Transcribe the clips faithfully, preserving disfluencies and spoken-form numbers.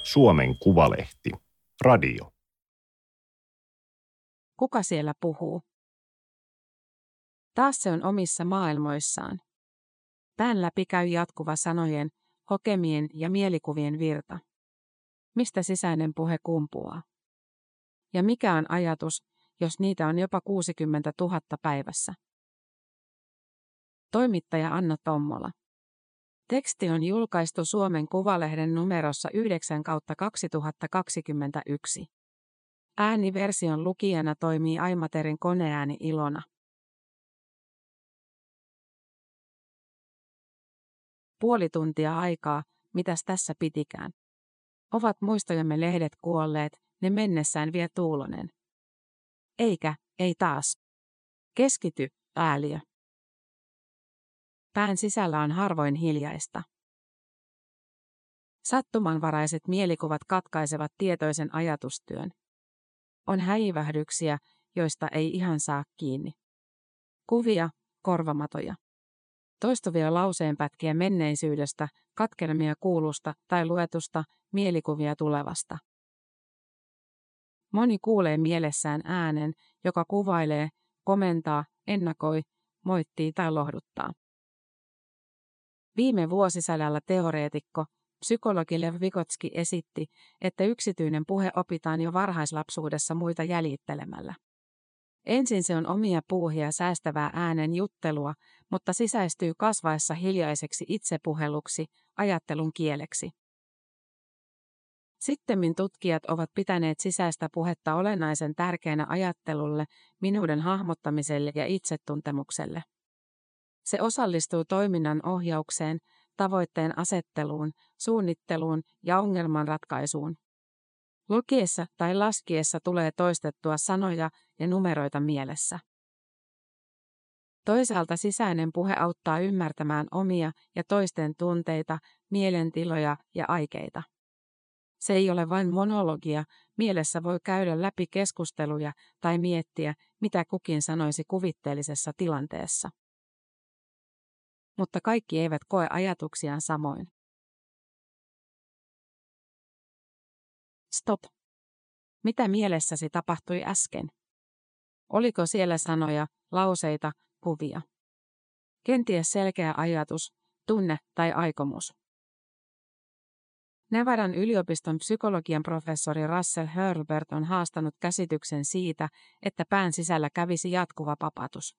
Suomen Kuvalehti. Radio. Kuka siellä puhuu? Taas se on omissa maailmoissaan. Pään läpi käy jatkuva sanojen, hokemien ja mielikuvien virta. Mistä sisäinen puhe kumpuaa? Ja mikä on ajatus, jos niitä on jopa kuusikymmentätuhatta päivässä? Toimittaja Anna Tommola. Teksti on julkaistu Suomen Kuvalehden numerossa yhdeksän kautta kaksituhattakaksikymmentäyksi. Ääniversion lukijana toimii Aimaterin koneääni Ilona. Puoli tuntia aikaa, mitäs tässä pitikään? Ovat muistojemme lehdet kuolleet, ne mennessään vie Tuulonen. Eikä, ei taas. Keskity, ääliö. Pään sisällä on harvoin hiljaista. Sattumanvaraiset mielikuvat katkaisevat tietoisen ajatustyön. On häivähdyksiä, joista ei ihan saa kiinni. Kuvia, korvamatoja. Toistuvia lauseenpätkiä menneisyydestä, katkelmia kuulusta tai luetusta, mielikuvia tulevasta. Moni kuulee mielessään äänen, joka kuvailee, komentaa, ennakoi, moittii tai lohduttaa. Viime vuosisadalla teoreetikko, psykologi Lev Vygotski esitti, että yksityinen puhe opitaan jo varhaislapsuudessa muita jäljittelemällä. Ensin se on omia puuhia säästävää äänen juttelua, mutta sisäistyy kasvaessa hiljaiseksi itsepuheluksi, ajattelun kieleksi. Sittemmin tutkijat ovat pitäneet sisäistä puhetta olennaisen tärkeänä ajattelulle, minuuden hahmottamiselle ja itsetuntemukselle. Se osallistuu toiminnan ohjaukseen, tavoitteen asetteluun, suunnitteluun ja ongelmanratkaisuun. Lukiessa tai laskiessa tulee toistettua sanoja ja numeroita mielessä. Toisaalta sisäinen puhe auttaa ymmärtämään omia ja toisten tunteita, mielentiloja ja aikeita. Se ei ole vain monologia, mielessä voi käydä läpi keskusteluja tai miettiä, mitä kukin sanoisi kuvitteellisessa tilanteessa. Mutta kaikki eivät koe ajatuksiaan samoin. Stop. Mitä mielessäsi tapahtui äsken? Oliko siellä sanoja, lauseita, kuvia? Kenties selkeä ajatus, tunne tai aikomus. Nevadan yliopiston psykologian professori Russell Hurlbert on haastanut käsityksen siitä, että pään sisällä kävisi jatkuva papatus.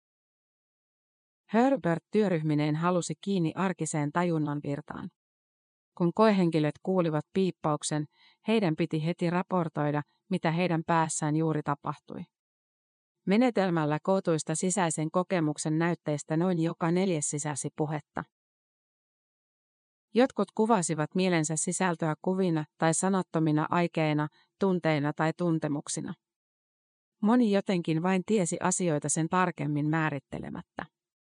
Hurlbert työryhmineen halusi kiinni arkiseen tajunnan virtaan. Kun koehenkilöt kuulivat piippauksen, heidän piti heti raportoida, mitä heidän päässään juuri tapahtui. Menetelmällä kootuista sisäisen kokemuksen näytteistä noin joka neljäs sisälsi puhetta. Jotkut kuvasivat mielensä sisältöä kuvina tai sanattomina aikeina, tunteina tai tuntemuksina. Moni jotenkin vain tiesi asioita sen tarkemmin määrittelemättä.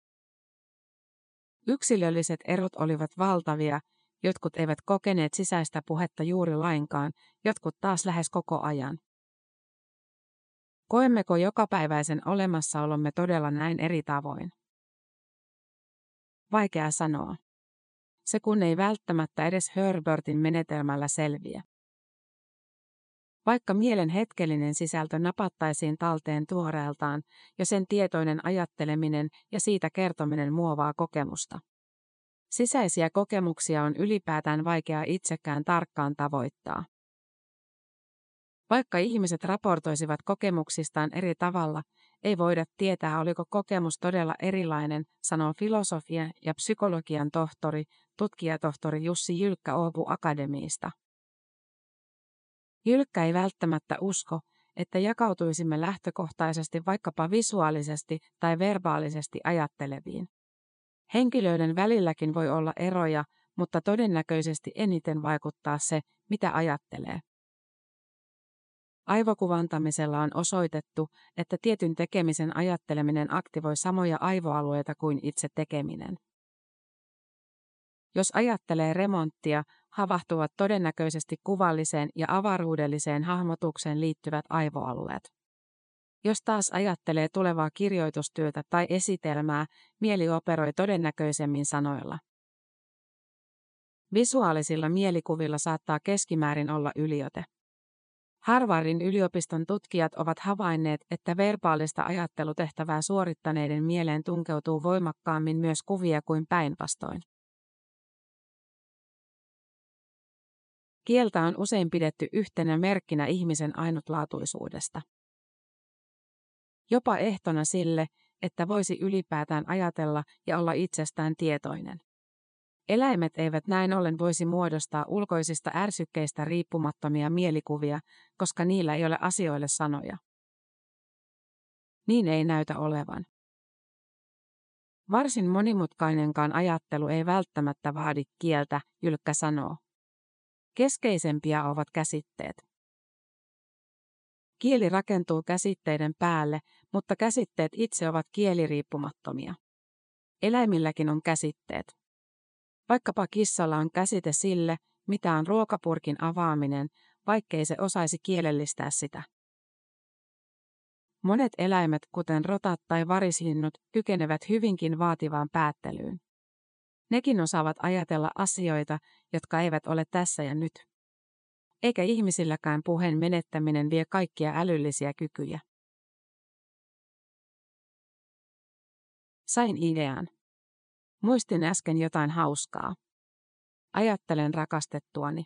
Yksilölliset erot olivat valtavia, jotkut eivät kokeneet sisäistä puhetta juuri lainkaan, jotkut taas lähes koko ajan. Koemmeko jokapäiväisen olemassaolomme todella näin eri tavoin? Vaikea sanoa. Se kun ei välttämättä edes Hurlbertin menetelmällä selviä. Vaikka mielen hetkellinen sisältö napattaisiin talteen tuoreeltaan, jo sen tietoinen ajatteleminen ja siitä kertominen muovaa kokemusta. Sisäisiä kokemuksia on ylipäätään vaikea itsekään tarkkaan tavoittaa. Vaikka ihmiset raportoisivat kokemuksistaan eri tavalla, ei voida tietää, oliko kokemus todella erilainen, sanoo filosofian ja psykologian tohtori, tutkijatohtori Jussi Jylkkä Åbo Akademiista. Jylkkä ei välttämättä usko, että jakautuisimme lähtökohtaisesti vaikkapa visuaalisesti tai verbaalisesti ajatteleviin. Henkilöiden välilläkin voi olla eroja, mutta todennäköisesti eniten vaikuttaa se, mitä ajattelee. Aivokuvantamisella on osoitettu, että tietyn tekemisen ajatteleminen aktivoi samoja aivoalueita kuin itse tekeminen. Jos ajattelee remonttia, havahtuvat todennäköisesti kuvalliseen ja avaruudelliseen hahmotukseen liittyvät aivoalueet. Jos taas ajattelee tulevaa kirjoitustyötä tai esitelmää, mieli operoi todennäköisemmin sanoilla. Visuaalisilla mielikuvilla saattaa keskimäärin olla yliote. Harvardin yliopiston tutkijat ovat havainneet, että verbaalista ajattelutehtävää suorittaneiden mieleen tunkeutuu voimakkaammin myös kuvia kuin päinvastoin. Kieltä on usein pidetty yhtenä merkkinä ihmisen ainutlaatuisuudesta. Jopa ehtona sille, että voisi ylipäätään ajatella ja olla itsestään tietoinen. Eläimet eivät näin ollen voisi muodostaa ulkoisista ärsykkeistä riippumattomia mielikuvia, koska niillä ei ole asioille sanoja. Niin ei näytä olevan. Varsin monimutkainenkaan ajattelu ei välttämättä vaadi kieltä, Jylkkä sanoo. Keskeisempiä ovat käsitteet. Kieli rakentuu käsitteiden päälle, mutta käsitteet itse ovat kieliriippumattomia. Eläimilläkin on käsitteet. Vaikkapa kissalla on käsite sille, mitä on ruokapurkin avaaminen, vaikkei se osaisi kielellistää sitä. Monet eläimet, kuten rotat tai varislinnut, kykenevät hyvinkin vaativaan päättelyyn. Nekin osaavat ajatella asioita, jotka eivät ole tässä ja nyt. Eikä ihmisilläkään puheen menettäminen vie kaikkia älyllisiä kykyjä. Sain idean. Muistin äsken jotain hauskaa. Ajattelen rakastettuani.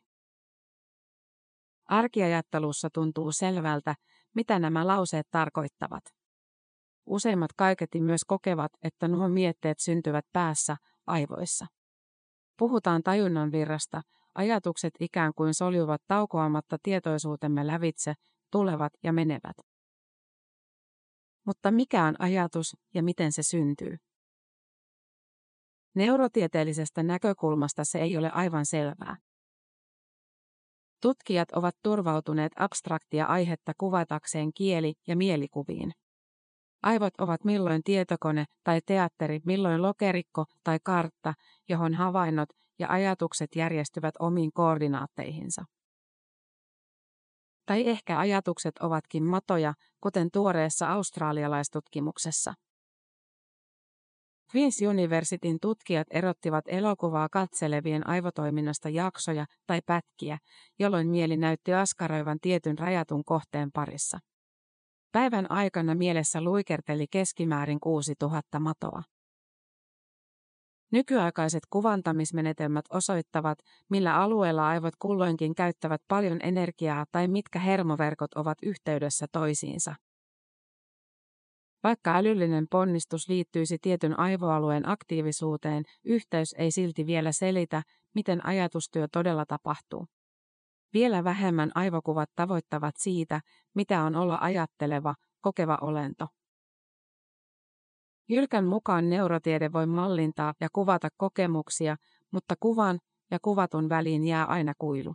Arkiajattelussa tuntuu selvältä, mitä nämä lauseet tarkoittavat. Useimmat kaiketi myös kokevat, että nuo mietteet syntyvät päässä, aivoissa. Puhutaan tajunnan virrasta, ajatukset ikään kuin soljuvat taukoamatta tietoisuutemme lävitse, tulevat ja menevät. Mutta mikä on ajatus ja miten se syntyy? Neurotieteellisestä näkökulmasta se ei ole aivan selvää. Tutkijat ovat turvautuneet abstraktia aihetta kuvatakseen kieli- ja mielikuviin. Aivot ovat milloin tietokone tai teatteri, milloin lokerikko tai kartta, johon havainnot ja ajatukset järjestyvät omiin koordinaatteihinsa. Tai ehkä ajatukset ovatkin matoja, kuten tuoreessa australialaistutkimuksessa. Queen's Universityn tutkijat erottivat elokuvaa katselevien aivotoiminnasta jaksoja tai pätkiä, jolloin mieli näytti askaroivan tietyn rajatun kohteen parissa. Päivän aikana mielessä luikerteli keskimäärin kuusituhatta matoa. Nykyaikaiset kuvantamismenetelmät osoittavat, millä alueella aivot kulloinkin käyttävät paljon energiaa tai mitkä hermoverkot ovat yhteydessä toisiinsa. Vaikka älyllinen ponnistus liittyisi tietyn aivoalueen aktiivisuuteen, yhteys ei silti vielä selitä, miten ajatustyö todella tapahtuu. Vielä vähemmän aivokuvat tavoittavat siitä, mitä on olla ajatteleva, kokeva olento. Jylkän mukaan neurotiede voi mallintaa ja kuvata kokemuksia, mutta kuvan ja kuvatun väliin jää aina kuilu.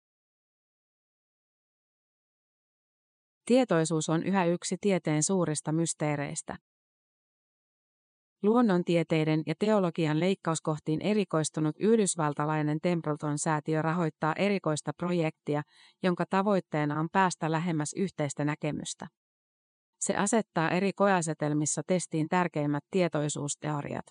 Tietoisuus on yhä yksi tieteen suurista mysteereistä. Luonnontieteiden ja teologian leikkauskohtiin erikoistunut yhdysvaltalainen Templeton-säätiö rahoittaa erikoista projektia, jonka tavoitteena on päästä lähemmäs yhteistä näkemystä. Se asettaa eri koeasetelmissa testiin tärkeimmät tietoisuusteoriat.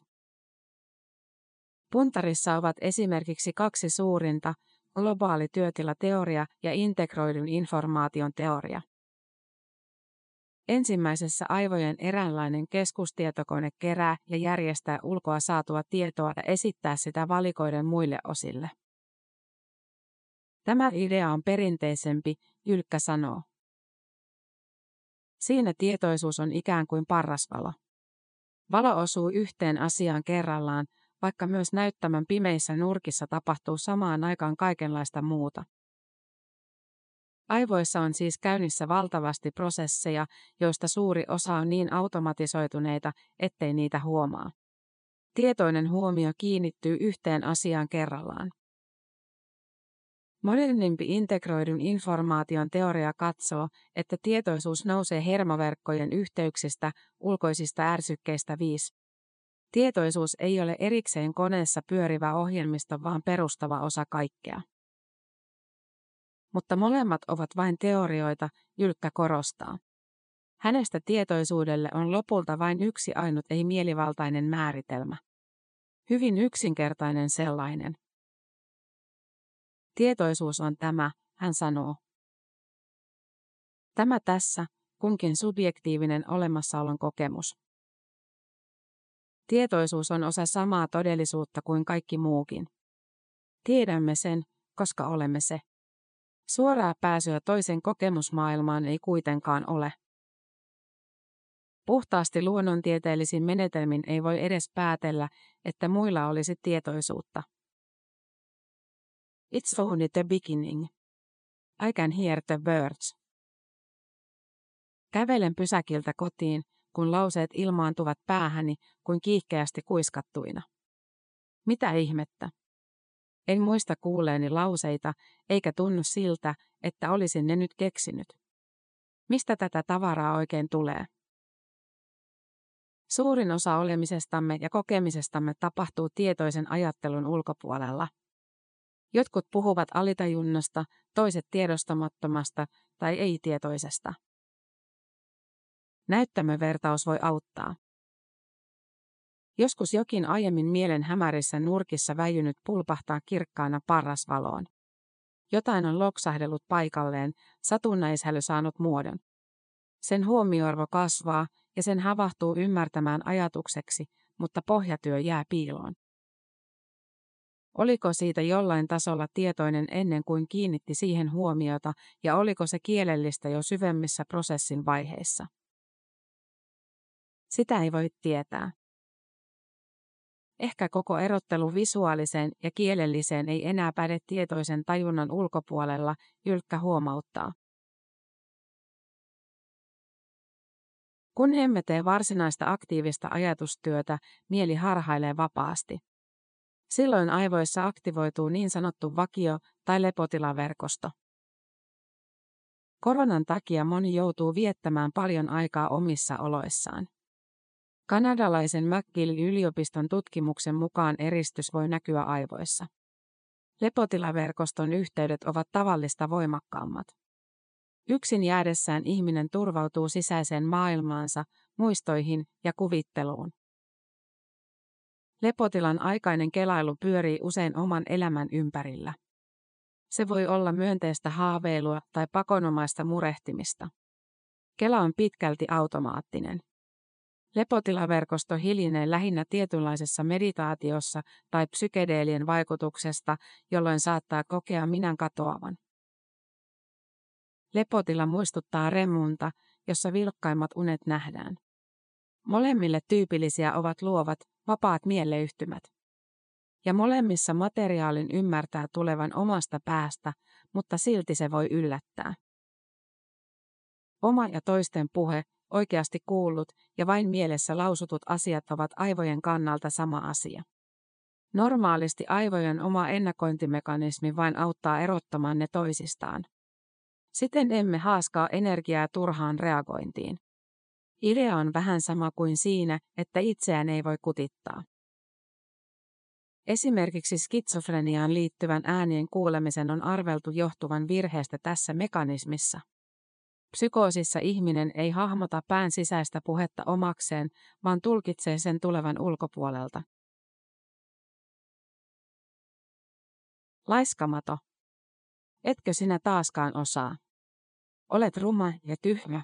Puntarissa ovat esimerkiksi kaksi suurinta, globaali työtilateoria ja integroidun informaation teoria. Ensimmäisessä aivojen eräänlainen keskustietokone kerää ja järjestää ulkoa saatua tietoa ja esittää sitä valikoiden muille osille. Tämä idea on perinteisempi, Jylkkä sanoo. Siinä tietoisuus on ikään kuin parrasvalo. Valo osuu yhteen asiaan kerrallaan, vaikka myös näyttämön pimeissä nurkissa tapahtuu samaan aikaan kaikenlaista muuta. Aivoissa on siis käynnissä valtavasti prosesseja, joista suuri osa on niin automatisoituneita, ettei niitä huomaa. Tietoinen huomio kiinnittyy yhteen asiaan kerrallaan. Modernimpi integroidun informaation teoria katsoo, että tietoisuus nousee hermoverkkojen yhteyksistä, ulkoisista ärsykkeistä viisi. Tietoisuus ei ole erikseen koneessa pyörivä ohjelmisto, vaan perustava osa kaikkea. Mutta molemmat ovat vain teorioita, Jylkkä korostaa. Hänestä tietoisuudelle on lopulta vain yksi ainut ei-mielivaltainen määritelmä. Hyvin yksinkertainen sellainen. Tietoisuus on tämä, hän sanoo. Tämä tässä, kunkin subjektiivinen olemassaolon kokemus. Tietoisuus on osa samaa todellisuutta kuin kaikki muukin. Tiedämme sen, koska olemme se. Suoraa pääsyä toisen kokemusmaailmaan ei kuitenkaan ole. Puhtaasti luonnontieteellisin menetelmin ei voi edes päätellä, että muilla olisi tietoisuutta. It's only the beginning. I can hear the birds. Kävelen pysäkiltä kotiin, kun lauseet ilmaantuvat päähäni kuin kiihkeästi kuiskattuina. Mitä ihmettä? En muista kuulleeni lauseita, eikä tunnu siltä, että olisin ne nyt keksinyt. Mistä tätä tavaraa oikein tulee? Suurin osa olemisestamme ja kokemisestamme tapahtuu tietoisen ajattelun ulkopuolella. Jotkut puhuvat alitajunnasta, toiset tiedostamattomasta tai ei-tietoisesta. Näyttämövertaus voi auttaa. Joskus jokin aiemmin mielen hämärissä nurkissa väijynyt pulpahtaa kirkkaana parrasvaloon. Jotain on loksahdellut paikalleen, satunnaishäly saanut muodon. Sen huomioarvo kasvaa ja sen havahtuu ymmärtämään ajatukseksi, mutta pohjatyö jää piiloon. Oliko siitä jollain tasolla tietoinen ennen kuin kiinnitti siihen huomiota ja oliko se kielellistä jo syvemmissä prosessin vaiheissa? Sitä ei voi tietää. Ehkä koko erottelu visuaaliseen ja kielelliseen ei enää päde tietoisen tajunnan ulkopuolella, Jylkkä huomauttaa. Kun emme tee varsinaista aktiivista ajatustyötä, mieli harhailee vapaasti. Silloin aivoissa aktivoituu niin sanottu vakio- tai lepotilaverkosto. Koronan takia moni joutuu viettämään paljon aikaa omissa oloissaan. Kanadalaisen McGill-yliopiston tutkimuksen mukaan eristys voi näkyä aivoissa. Lepotilaverkoston yhteydet ovat tavallista voimakkaammat. Yksin jäädessään ihminen turvautuu sisäiseen maailmaansa, muistoihin ja kuvitteluun. Lepotilan aikainen kelailu pyörii usein oman elämän ympärillä. Se voi olla myönteistä haaveilua tai pakonomaista murehtimista. Kela on pitkälti automaattinen. Lepotilaverkosto hiljenee lähinnä tietynlaisessa meditaatiossa tai psykedeelien vaikutuksesta, jolloin saattaa kokea minän katoavan. Lepotila muistuttaa remunta, jossa vilkkaimmat unet nähdään. Molemmille tyypillisiä ovat luovat, vapaat mielleyhtymät. Ja molemmissa materiaalin ymmärtää tulevan omasta päästä, mutta silti se voi yllättää. Oma ja toisten puhe, oikeasti kuullut ja vain mielessä lausutut asiat ovat aivojen kannalta sama asia. Normaalisti aivojen oma ennakointimekanismi vain auttaa erottamaan ne toisistaan. Siten emme haaskaa energiaa turhaan reagointiin. Idea on vähän sama kuin siinä, että itseään ei voi kutittaa. Esimerkiksi skitsofreniaan liittyvän äänien kuulemisen on arveltu johtuvan virheestä tässä mekanismissa. Psykoosissa ihminen ei hahmota pään sisäistä puhetta omakseen, vaan tulkitsee sen tulevan ulkopuolelta. Laiskamato. Etkö sinä taaskaan osaa? Olet ruma ja tyhmä.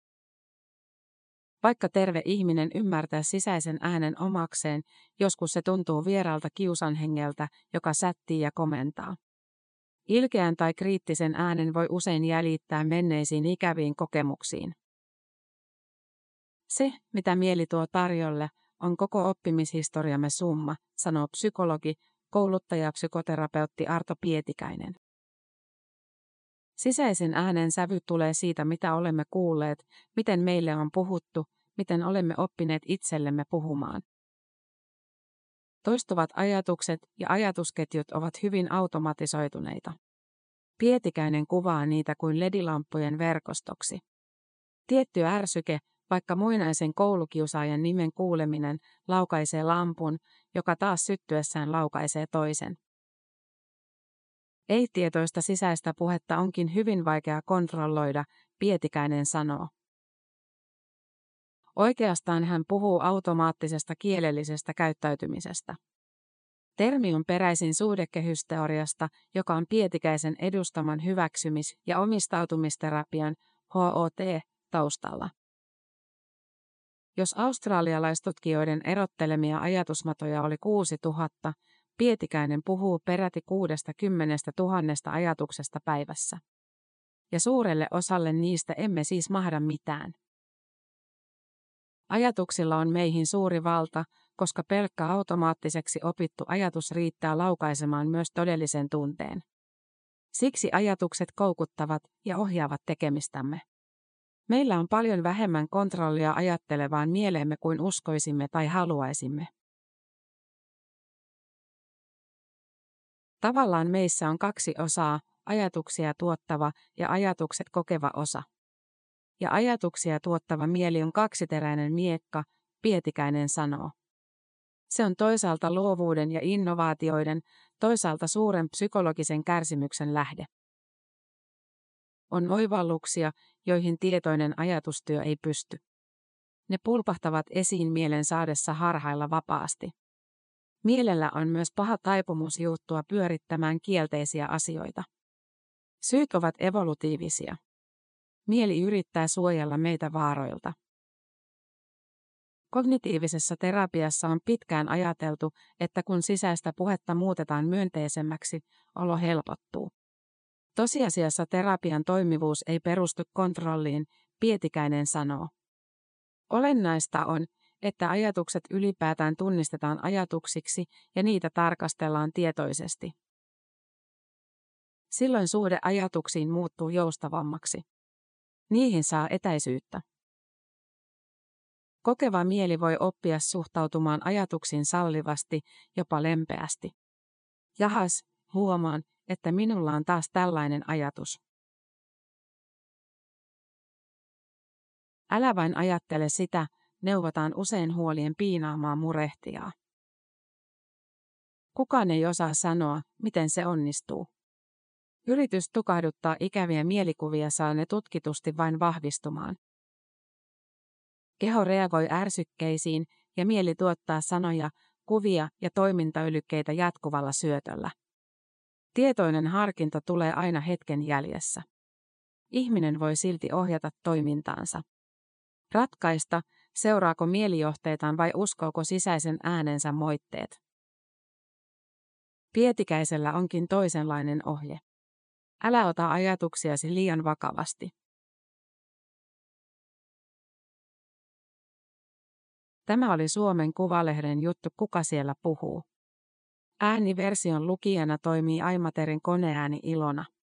Vaikka terve ihminen ymmärtää sisäisen äänen omakseen, joskus se tuntuu vieraalta kiusanhengeltä, joka sättii ja komentaa. Ilkeän tai kriittisen äänen voi usein jäljittää menneisiin ikäviin kokemuksiin. Se, mitä mieli tuo tarjolle, on koko oppimishistoriamme summa, sanoo psykologi, kouluttaja psykoterapeutti Arto Pietikäinen. Sisäisen äänen sävy tulee siitä, mitä olemme kuulleet, miten meille on puhuttu, miten olemme oppineet itsellemme puhumaan. Toistuvat ajatukset ja ajatusketjut ovat hyvin automatisoituneita. Pietikäinen kuvaa niitä kuin ledilamppujen verkostoksi. Tietty ärsyke, vaikka muinaisen koulukiusaajan nimen kuuleminen, laukaisee lampun, joka taas syttyessään laukaisee toisen. Ei-tietoista sisäistä puhetta onkin hyvin vaikea kontrolloida, Pietikäinen sanoo. Oikeastaan hän puhuu automaattisesta kielellisestä käyttäytymisestä. Termi on peräisin suhdekehysteoriasta, joka on Pietikäisen edustaman hyväksymis- ja omistautumisterapian H O T taustalla. Jos australialaistutkijoiden erottelemia ajatusmatoja oli kuusituhatta, Pietikäinen puhuu peräti kuusikymmentätuhatta ajatuksesta päivässä. Ja suurelle osalle niistä emme siis mahda mitään. Ajatuksilla on meihin suuri valta, koska pelkkä automaattiseksi opittu ajatus riittää laukaisemaan myös todellisen tunteen. Siksi ajatukset koukuttavat ja ohjaavat tekemistämme. Meillä on paljon vähemmän kontrollia ajattelevaan mieleemme kuin uskoisimme tai haluaisimme. Tavallaan meissä on kaksi osaa, ajatuksia tuottava ja ajatukset kokeva osa. Ja ajatuksia tuottava mieli on kaksiteräinen miekka, Pietikäinen sanoo. Se on toisaalta luovuuden ja innovaatioiden, toisaalta suuren psykologisen kärsimyksen lähde. On oivalluksia, joihin tietoinen ajatustyö ei pysty. Ne pulpahtavat esiin mielen saadessa harhailla vapaasti. Mielellä on myös paha taipumus juuttua pyörittämään kielteisiä asioita. Syyt ovat evolutiivisia. Mieli yrittää suojella meitä vaaroilta. Kognitiivisessa terapiassa on pitkään ajateltu, että kun sisäistä puhetta muutetaan myönteisemmäksi, olo helpottuu. Tosiasiassa terapian toimivuus ei perustu kontrolliin, Pietikäinen sanoo. Olennaista on, että ajatukset ylipäätään tunnistetaan ajatuksiksi ja niitä tarkastellaan tietoisesti. Silloin suhde ajatuksiin muuttuu joustavammaksi. Niihin saa etäisyyttä. Kokeva mieli voi oppia suhtautumaan ajatuksiin sallivasti, jopa lempeästi. Jahas, huomaan, että minulla on taas tällainen ajatus. Älä vain ajattele sitä, neuvotaan usein huolien piinaamaa murehtijaa. Kukaan ei osaa sanoa, miten se onnistuu. Yritys tukahduttaa ikäviä mielikuvia saa ne tutkitusti vain vahvistumaan. Keho reagoi ärsykkeisiin ja mieli tuottaa sanoja, kuvia ja toimintaylykkeitä jatkuvalla syötöllä. Tietoinen harkinta tulee aina hetken jäljessä. Ihminen voi silti ohjata toimintaansa. Ratkaista, seuraako mielijohteitaan vai uskooko sisäisen äänensä moitteet. Pietikäisellä onkin toisenlainen ohje. Älä ota ajatuksiasi liian vakavasti. Tämä oli Suomen Kuvalehden juttu Kuka siellä puhuu. Ääniversion lukijana toimii Aimaterin koneääni Ilona.